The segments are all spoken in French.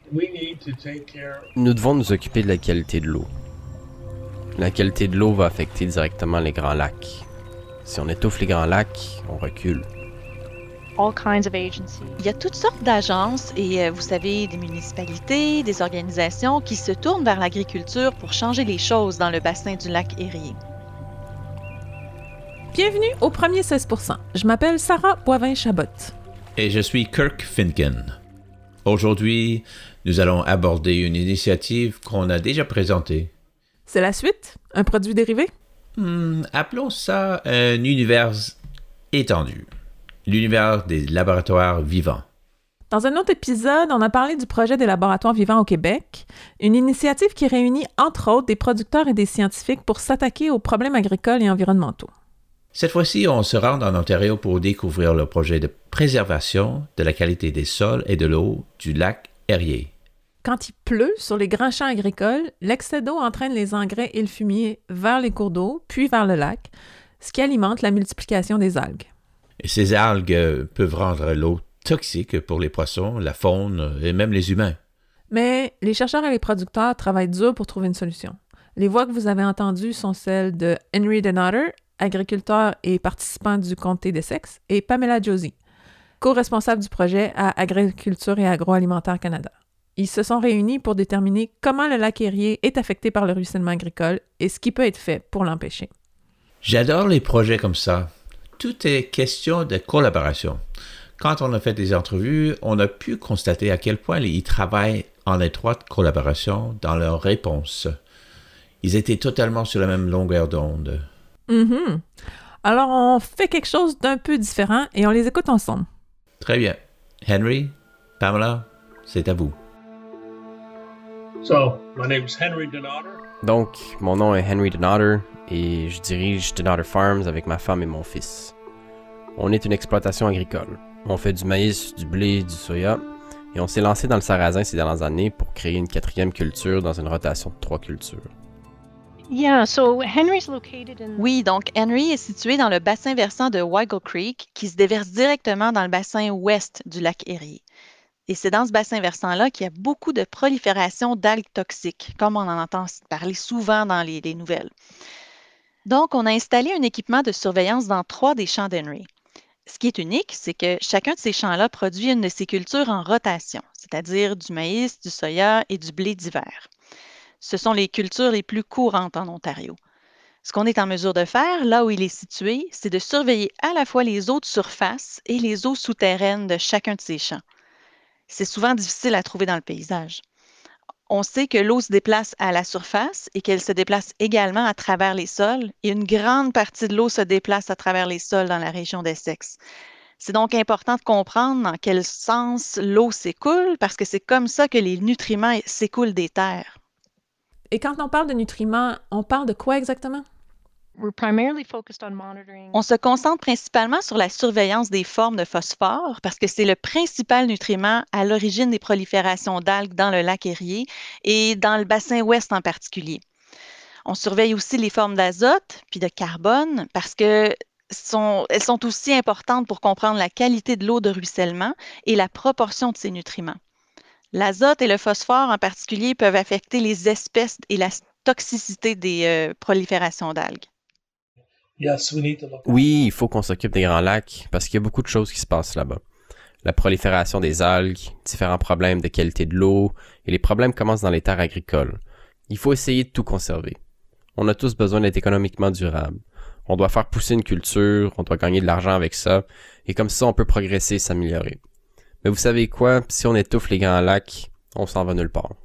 Nous devons nous occuper de la qualité de l'eau. La qualité de l'eau va affecter directement les grands lacs. Si on étouffe les grands lacs, on recule. Il y a toutes sortes d'agences et, vous savez, des municipalités, des organisations qui se tournent vers l'agriculture pour changer les choses dans le bassin du lac Erie. Bienvenue au premier 16%. Je m'appelle Sarah Boivin-Chabot. Et je suis Kirk Finken. Aujourd'hui, nous allons aborder une initiative qu'on a déjà présentée. C'est la suite? Un produit dérivé? Appelons ça un univers étendu. L'univers des laboratoires vivants. Dans un autre épisode, on a parlé du projet des laboratoires vivants au Québec, une initiative qui réunit entre autres des producteurs et des scientifiques pour s'attaquer aux problèmes agricoles et environnementaux. Cette fois-ci, on se rend en Ontario pour découvrir le projet de préservation de la qualité des sols et de l'eau du lac Erie. Quand il pleut sur les grands champs agricoles, l'excès d'eau entraîne les engrais et le fumier vers les cours d'eau, puis vers le lac, ce qui alimente la multiplication des algues. Et ces algues peuvent rendre l'eau toxique pour les poissons, la faune et même les humains. Mais les chercheurs et les producteurs travaillent dur pour trouver une solution. Les voix que vous avez entendues sont celles de Henry Donater, agriculteur et participant du comté d'Essex, et Pamela Josie, co-responsable du projet à Agriculture et Agroalimentaire Canada. Ils se sont réunis pour déterminer comment le lac Erie est affecté par le ruissellement agricole et ce qui peut être fait pour l'empêcher. J'adore les projets comme ça. Tout est question de collaboration. Quand on a fait des entrevues, on a pu constater à quel point ils travaillent en étroite collaboration dans leurs réponses. Ils étaient totalement sur la même longueur d'onde. Alors, on fait quelque chose d'un peu différent et on les écoute ensemble. Très bien. Henry, Pamela, c'est à vous. Donc, mon nom est Henry Donater et je dirige Donater Farms avec ma femme et mon fils. On est une exploitation agricole. On fait du maïs, du blé, du soya et on s'est lancé dans le sarrasin ces dernières années pour créer une 4e culture dans une rotation de 3 cultures. Oui, donc Henry est situé dans le bassin versant de Weigel Creek qui se déverse directement dans le bassin ouest du lac Erie. Et c'est dans ce bassin versant-là qu'il y a beaucoup de prolifération d'algues toxiques, comme on en entend parler souvent dans les nouvelles. Donc, on a installé un équipement de surveillance dans 3 des champs d'Henry. Ce qui est unique, c'est que chacun de ces champs-là produit une de ces cultures en rotation, c'est-à-dire du maïs, du soya et du blé d'hiver. Ce sont les cultures les plus courantes en Ontario. Ce qu'on est en mesure de faire, là où il est situé, c'est de surveiller à la fois les eaux de surface et les eaux souterraines de chacun de ces champs. C'est souvent difficile à trouver dans le paysage. On sait que l'eau se déplace à la surface et qu'elle se déplace également à travers les sols, et une grande partie de l'eau se déplace à travers les sols dans la région d'Essex. C'est donc important de comprendre dans quel sens l'eau s'écoule, parce que c'est comme ça que les nutriments s'écoulent des terres. Et quand on parle de nutriments, on parle de quoi exactement? On se concentre principalement sur la surveillance des formes de phosphore parce que c'est le principal nutriment à l'origine des proliférations d'algues dans le lac Erie et dans le bassin ouest en particulier. On surveille aussi les formes d'azote puis de carbone parce que elles sont aussi importantes pour comprendre la qualité de l'eau de ruissellement et la proportion de ces nutriments. L'azote et le phosphore en particulier peuvent affecter les espèces et la toxicité des proliférations d'algues. Oui, il faut qu'on s'occupe des grands lacs parce qu'il y a beaucoup de choses qui se passent là-bas. La prolifération des algues, différents problèmes de qualité de l'eau et les problèmes commencent dans les terres agricoles. Il faut essayer de tout conserver. On a tous besoin d'être économiquement durable. On doit faire pousser une culture, on doit gagner de l'argent avec ça et comme ça on peut progresser et s'améliorer. Mais vous savez quoi? Si on étouffe les grands lacs, on s'en va nulle part.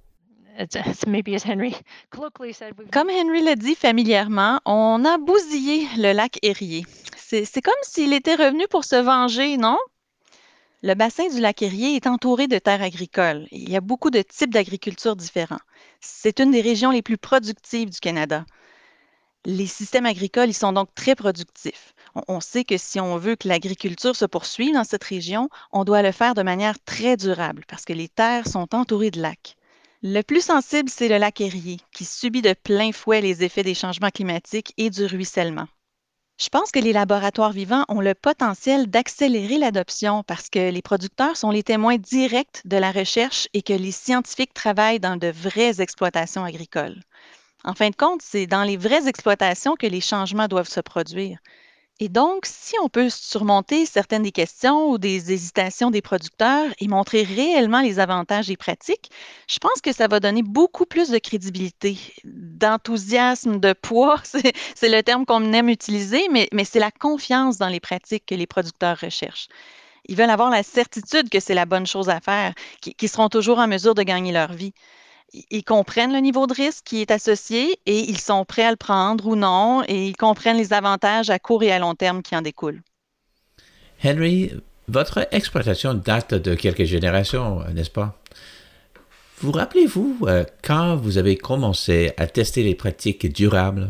Comme Henry l'a dit familièrement, on a bousillé le lac Erie. C'est comme s'il était revenu pour se venger, non? Le bassin du lac Erie est entouré de terres agricoles. Il y a beaucoup de types d'agriculture différents. C'est une des régions les plus productives du Canada. Les systèmes agricoles, ils sont donc très productifs. On sait que si on veut que l'agriculture se poursuive dans cette région, on doit le faire de manière très durable parce que les terres sont entourées de lacs. Le plus sensible, c'est le lac Erie, qui subit de plein fouet les effets des changements climatiques et du ruissellement. Je pense que les laboratoires vivants ont le potentiel d'accélérer l'adoption parce que les producteurs sont les témoins directs de la recherche et que les scientifiques travaillent dans de vraies exploitations agricoles. En fin de compte, c'est dans les vraies exploitations que les changements doivent se produire. Et donc, si on peut surmonter certaines des questions ou des hésitations des producteurs et montrer réellement les avantages des pratiques, je pense que ça va donner beaucoup plus de crédibilité, d'enthousiasme, de poids. C'est le terme qu'on aime utiliser, mais c'est la confiance dans les pratiques que les producteurs recherchent. Ils veulent avoir la certitude que c'est la bonne chose à faire, qu'ils seront toujours en mesure de gagner leur vie. Ils comprennent le niveau de risque qui est associé et ils sont prêts à le prendre ou non, et ils comprennent les avantages à court et à long terme qui en découlent. Henry, votre exploitation date de quelques générations, n'est-ce pas? Vous rappelez-vous quand vous avez commencé à tester les pratiques durables?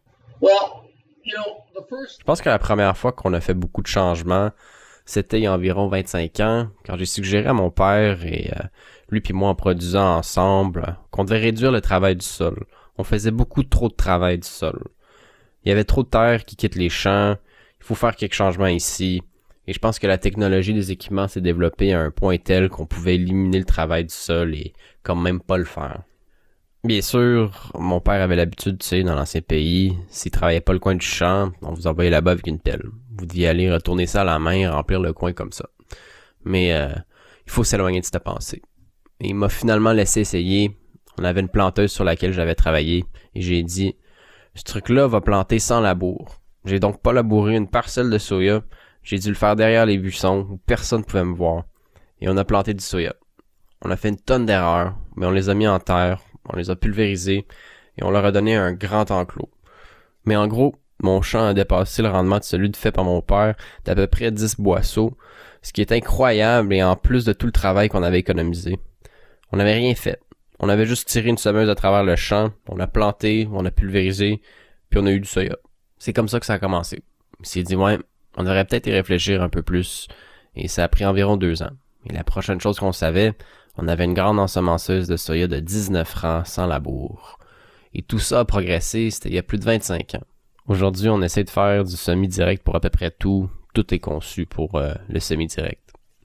Je pense que la première fois qu'on a fait beaucoup de changements, c'était il y a environ 25 ans, quand j'ai suggéré à mon père et lui puis moi en produisant ensemble qu'on devait réduire le travail du sol. On faisait beaucoup trop de travail du sol. Il y avait trop de terre qui quitte les champs, il faut faire quelques changements ici. Et je pense que la technologie des équipements s'est développée à un point tel qu'on pouvait éliminer le travail du sol et quand même pas le faire. Bien sûr, mon père avait l'habitude, tu sais, dans l'ancien pays, s'il travaillait pas le coin du champ, on vous envoyait là-bas avec une pelle. Vous deviez aller retourner ça à la main et remplir le coin comme ça. Mais il faut s'éloigner de cette pensée. Et il m'a finalement laissé essayer. On avait une planteuse sur laquelle j'avais travaillé et j'ai dit « Ce truc-là va planter sans labour. » J'ai donc pas labouré une parcelle de soya. J'ai dû le faire derrière les buissons où personne ne pouvait me voir. Et on a planté du soya. On a fait une tonne d'erreurs, mais on les a mis en terre, on les a pulvérisés et on leur a donné un grand enclos. Mais en gros, mon champ a dépassé le rendement de celui fait par mon père d'à peu près 10 boisseaux, ce qui est incroyable et en plus de tout le travail qu'on avait économisé. On n'avait rien fait. On avait juste tiré une semeuse à travers le champ, on a planté, on a pulvérisé, puis on a eu du soya. C'est comme ça que ça a commencé. Il s'est dit, ouais, on aurait peut-être y réfléchir un peu plus, et ça a pris environ 2 ans. Et la prochaine chose qu'on savait, on avait une grande ensemenceuse de soya de 19 rangs sans labour. Et tout ça a progressé, c'était il y a plus de 25 ans. Aujourd'hui, on essaie de faire du semi-direct pour à peu près tout. Tout est conçu pour le semi-direct.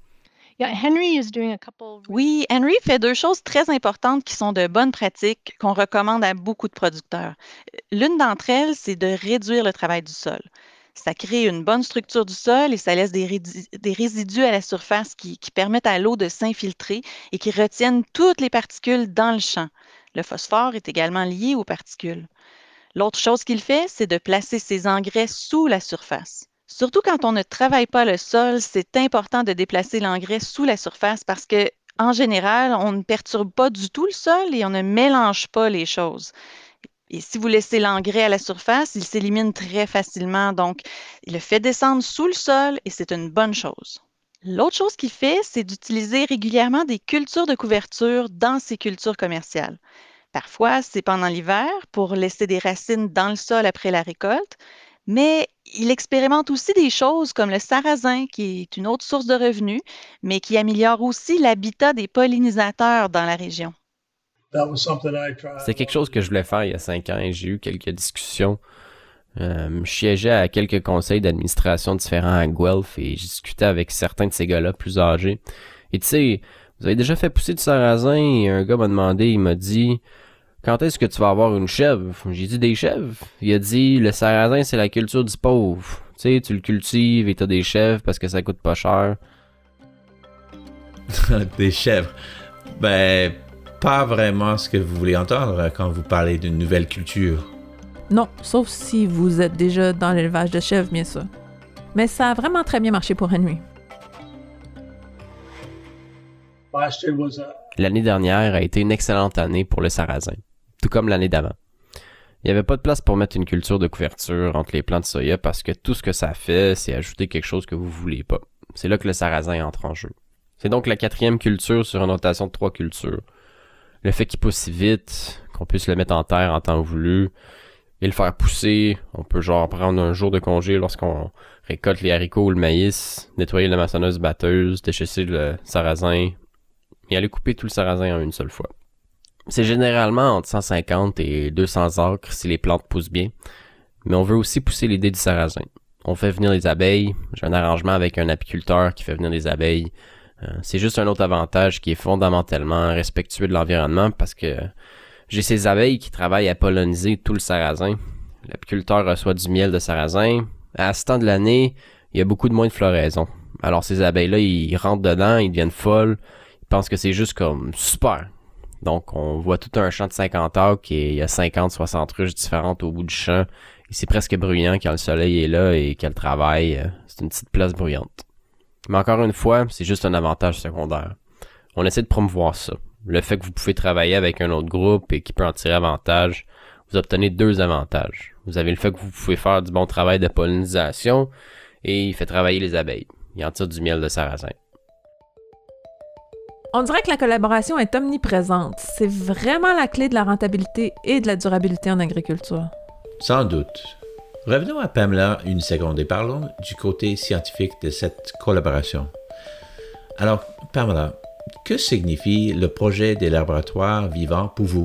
Oui, Henry fait 2 choses très importantes qui sont de bonnes pratiques qu'on recommande à beaucoup de producteurs. L'une d'entre elles, c'est de réduire le travail du sol. Ça crée une bonne structure du sol et ça laisse des résidus à la surface qui permettent à l'eau de s'infiltrer et qui retiennent toutes les particules dans le champ. Le phosphore est également lié aux particules. L'autre chose qu'il fait, c'est de placer ses engrais sous la surface. Surtout quand on ne travaille pas le sol, c'est important de déplacer l'engrais sous la surface parce que, en général, on ne perturbe pas du tout le sol et on ne mélange pas les choses. Et si vous laissez l'engrais à la surface, il s'élimine très facilement. Donc, il le fait descendre sous le sol et c'est une bonne chose. L'autre chose qu'il fait, c'est d'utiliser régulièrement des cultures de couverture dans ses cultures commerciales. Parfois, c'est pendant l'hiver pour laisser des racines dans le sol après la récolte, mais il expérimente aussi des choses comme le sarrasin, qui est une autre source de revenus, mais qui améliore aussi l'habitat des pollinisateurs dans la région. C'est quelque chose que je voulais faire il y a 5 ans et j'ai eu quelques discussions. Je siégeais à quelques conseils d'administration différents à Guelph et j'ai discuté avec certains de ces gars-là plus âgés. Et tu sais, vous avez déjà fait pousser du sarrasin et un gars m'a demandé, il m'a dit « Quand est-ce que tu vas avoir une chèvre? » J'ai dit « Des chèvres? » Il a dit « Le sarrasin, c'est la culture du pauvre. Tu sais, tu le cultives et t'as des chèvres parce que ça coûte pas cher. » Des chèvres. Ben, pas vraiment ce que vous voulez entendre quand vous parlez d'une nouvelle culture. Non, sauf si vous êtes déjà dans l'élevage de chèvres, bien sûr. Mais ça a vraiment très bien marché pour Henry. L'année dernière a été une excellente année pour le sarrasin, tout comme l'année d'avant. Il n'y avait pas de place pour mettre une culture de couverture entre les plants de soya parce que tout ce que ça fait, c'est ajouter quelque chose que vous voulez pas. C'est là que le sarrasin entre en jeu. C'est donc la 4e culture sur une rotation de 3 cultures. Le fait qu'il pousse si vite, qu'on puisse le mettre en terre en temps voulu, et le faire pousser, on peut genre prendre un jour de congé lorsqu'on récolte les haricots ou le maïs, nettoyer la maçonneuse batteuse, déchasser le sarrasin, et aller couper tout le sarrasin en une seule fois. C'est généralement entre 150 et 200 acres si les plantes poussent bien, Mais on veut aussi pousser l'idée du sarrasin. On fait venir les abeilles. J'ai un arrangement avec un apiculteur qui fait venir les abeilles. C'est juste un autre avantage qui est fondamentalement respectueux de l'environnement parce que j'ai ces abeilles qui travaillent à polliniser tout le sarrasin. L'apiculteur reçoit du miel de sarrasin. À ce temps de l'année, il y a beaucoup de moins de floraison. Alors ces abeilles-là, ils rentrent dedans, ils deviennent folles. Ils pensent que c'est juste comme super. Donc on voit tout un champ de 50 acres et il y a 50-60 ruches différentes au bout du champ. Et c'est presque bruyant quand le soleil est là et qu'elle travaille. C'est une petite place bruyante. Mais encore une fois, c'est juste un avantage secondaire. On essaie de promouvoir ça. Le fait que vous pouvez travailler avec un autre groupe et qui peut en tirer avantage, vous obtenez 2 avantages. Vous avez le fait que vous pouvez faire du bon travail de pollinisation et il fait travailler les abeilles. Il en tire du miel de sarrasin. On dirait que la collaboration est omniprésente. C'est vraiment la clé de la rentabilité et de la durabilité en agriculture. Sans doute. Revenons à Pamela une seconde et parlons du côté scientifique de cette collaboration. Alors, Pamela, que signifie le projet des laboratoires vivants pour vous?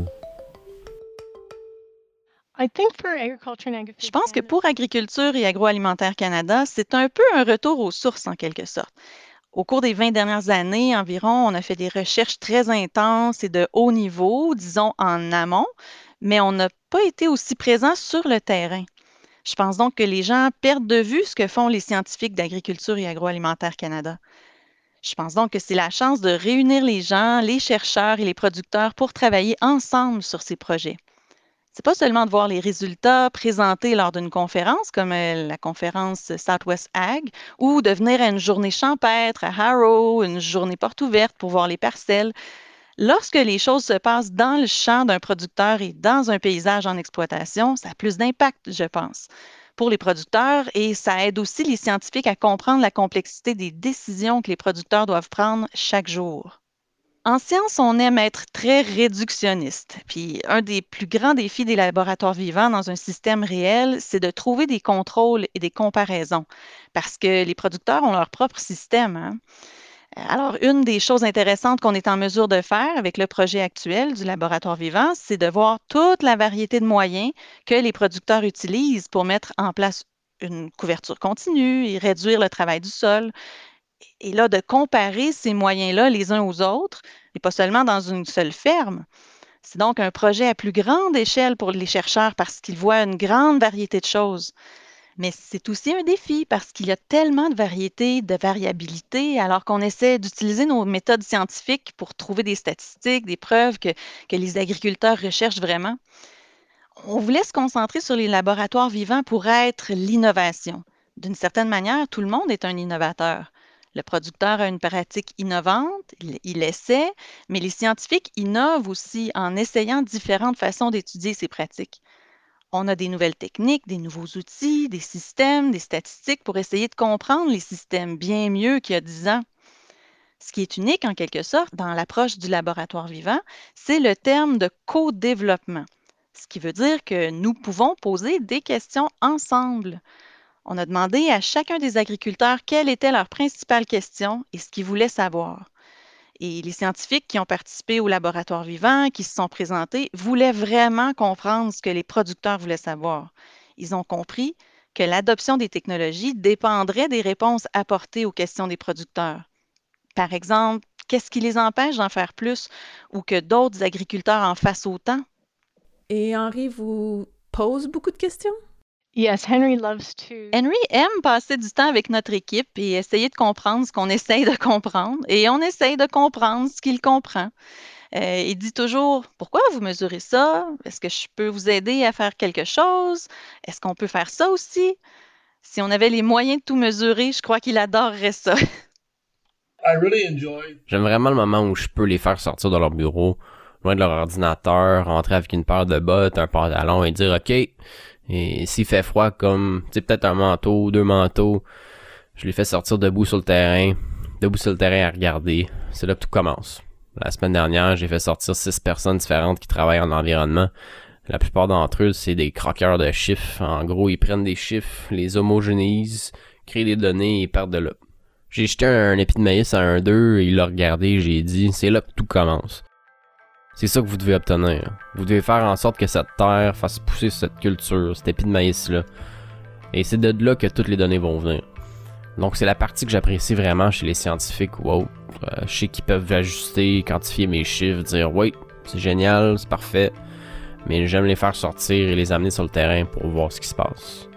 Je pense que pour Agriculture et Agroalimentaire Canada, c'est un peu un retour aux sources en quelque sorte. Au cours des 20 dernières années environ, on a fait des recherches très intenses et de haut niveau, disons en amont, mais on n'a pas été aussi présent sur le terrain. Je pense donc que les gens perdent de vue ce que font les scientifiques d'Agriculture et Agroalimentaire Canada. Je pense donc que c'est la chance de réunir les gens, les chercheurs et les producteurs pour travailler ensemble sur ces projets. C'est pas seulement de voir les résultats présentés lors d'une conférence, comme la conférence Southwest Ag, ou de venir à une journée champêtre à Harrow, une journée porte ouverte pour voir les parcelles. Lorsque les choses se passent dans le champ d'un producteur et dans un paysage en exploitation, ça a plus d'impact, je pense, pour les producteurs et ça aide aussi les scientifiques à comprendre la complexité des décisions que les producteurs doivent prendre chaque jour. En science, on aime être très réductionniste. Puis un des plus grands défis des laboratoires vivants dans un système réel, c'est de trouver des contrôles et des comparaisons, parce que les producteurs ont leur propre système, hein. Alors, une des choses intéressantes qu'on est en mesure de faire avec le projet actuel du laboratoire vivant, c'est de voir toute la variété de moyens que les producteurs utilisent pour mettre en place une couverture continue et réduire le travail du sol. Et là, de comparer ces moyens-là les uns aux autres, et pas seulement dans une seule ferme. C'est donc un projet à plus grande échelle pour les chercheurs parce qu'ils voient une grande variété de choses. Mais c'est aussi un défi parce qu'il y a tellement de variétés, de variabilité, alors qu'on essaie d'utiliser nos méthodes scientifiques pour trouver des statistiques, des preuves que les agriculteurs recherchent vraiment. On voulait se concentrer sur les laboratoires vivants pour être l'innovation. D'une certaine manière, tout le monde est un innovateur. Le producteur a une pratique innovante, il essaie, mais les scientifiques innovent aussi en essayant différentes façons d'étudier ces pratiques. On a des nouvelles techniques, des nouveaux outils, des systèmes, des statistiques pour essayer de comprendre les systèmes bien mieux qu'il y a 10 ans. Ce qui est unique en quelque sorte dans l'approche du laboratoire vivant, c'est le terme de co-développement, ce qui veut dire que nous pouvons poser des questions ensemble. On a demandé à chacun des agriculteurs quelle était leur principale question et ce qu'ils voulaient savoir. Et les scientifiques qui ont participé au laboratoire vivant, qui se sont présentés, voulaient vraiment comprendre ce que les producteurs voulaient savoir. Ils ont compris que l'adoption des technologies dépendrait des réponses apportées aux questions des producteurs. Par exemple, qu'est-ce qui les empêche d'en faire plus ou que d'autres agriculteurs en fassent autant? Et Henry vous pose beaucoup de questions? Henry aime passer du temps avec notre équipe et essayer de comprendre ce qu'on essaye de comprendre. Et on essaye de comprendre ce qu'il comprend. Il dit toujours, pourquoi vous mesurez ça? Est-ce que je peux vous aider à faire quelque chose? Est-ce qu'on peut faire ça aussi? Si on avait les moyens de tout mesurer, je crois qu'il adorerait ça. J'aime vraiment le moment où je peux les faire sortir de leur bureau, loin de leur ordinateur, rentrer avec une paire de bottes, un pantalon et dire « OK ». Et s'il fait froid comme, tu sais, peut-être un manteau, 2 manteaux, je les fais sortir debout sur le terrain à regarder. C'est là que tout commence. La semaine dernière, j'ai fait sortir 6 personnes différentes qui travaillent en environnement. La plupart d'entre eux, c'est des croqueurs de chiffres. En gros, ils prennent des chiffres, les homogénéisent, créent des données et partent de là. J'ai jeté un épi de maïs à un d'eux, il l'a regardé, j'ai dit, c'est là que tout commence. C'est ça que vous devez obtenir. Vous devez faire en sorte que cette terre fasse pousser cette culture, cet épi de maïs-là. Et c'est de là que toutes les données vont venir. Donc c'est la partie que j'apprécie vraiment chez les scientifiques ou autres. Je sais qu'ils peuvent ajuster, quantifier mes chiffres, dire « Oui, c'est génial, c'est parfait ». Mais j'aime les faire sortir et les amener sur le terrain pour voir ce qui se passe.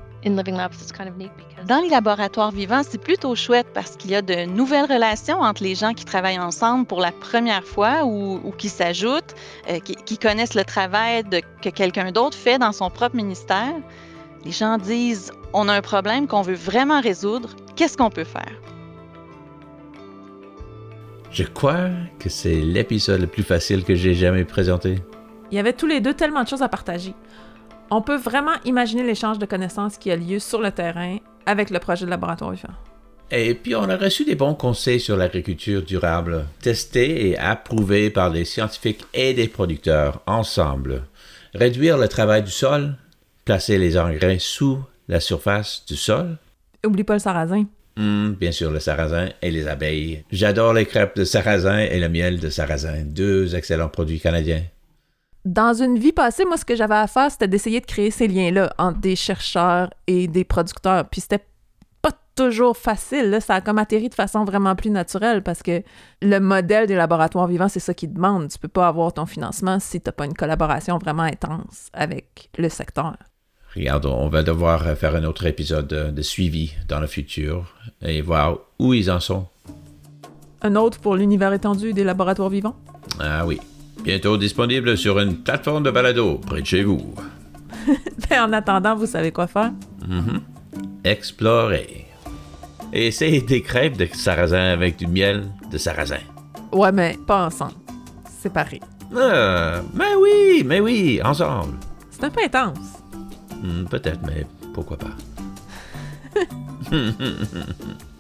Dans les laboratoires vivants, c'est plutôt chouette parce qu'il y a de nouvelles relations entre les gens qui travaillent ensemble pour la première fois ou qui s'ajoutent, qui connaissent le travail que quelqu'un d'autre fait dans son propre ministère. Les gens disent « On a un problème qu'on veut vraiment résoudre. Qu'est-ce qu'on peut faire? » Je crois que c'est l'épisode le plus facile que j'ai jamais présenté. Il y avait tous les deux tellement de choses à partager. On peut vraiment imaginer l'échange de connaissances qui a lieu sur le terrain avec le projet de laboratoire vivant. Et puis, on a reçu des bons conseils sur l'agriculture durable, testés et approuvés par des scientifiques et des producteurs ensemble. Réduire le travail du sol, placer les engrais sous la surface du sol. Oublie pas le sarrasin. Bien sûr, le sarrasin et les abeilles. J'adore les crêpes de sarrasin et le miel de sarrasin, 2 excellents produits canadiens. Dans une vie passée, moi, ce que j'avais à faire, c'était d'essayer de créer ces liens-là entre des chercheurs et des producteurs. Puis c'était pas toujours facile, là. Ça a comme atterri de façon vraiment plus naturelle parce que le modèle des laboratoires vivants, c'est ça qui demande. Tu peux pas avoir ton financement si t'as pas une collaboration vraiment intense avec le secteur. Regarde, on va devoir faire un autre épisode de suivi dans le futur et voir où ils en sont. Un autre pour l'univers étendu des laboratoires vivants? Ah oui. Bientôt disponible sur une plateforme de balado près de chez vous. Mais en attendant, vous savez quoi faire? Explorer. Et essayer des crêpes de sarrasin avec du miel de sarrasin. Ouais, mais pas ensemble. Séparés. Mais oui, ensemble. C'est un peu intense. Peut-être, mais pourquoi pas.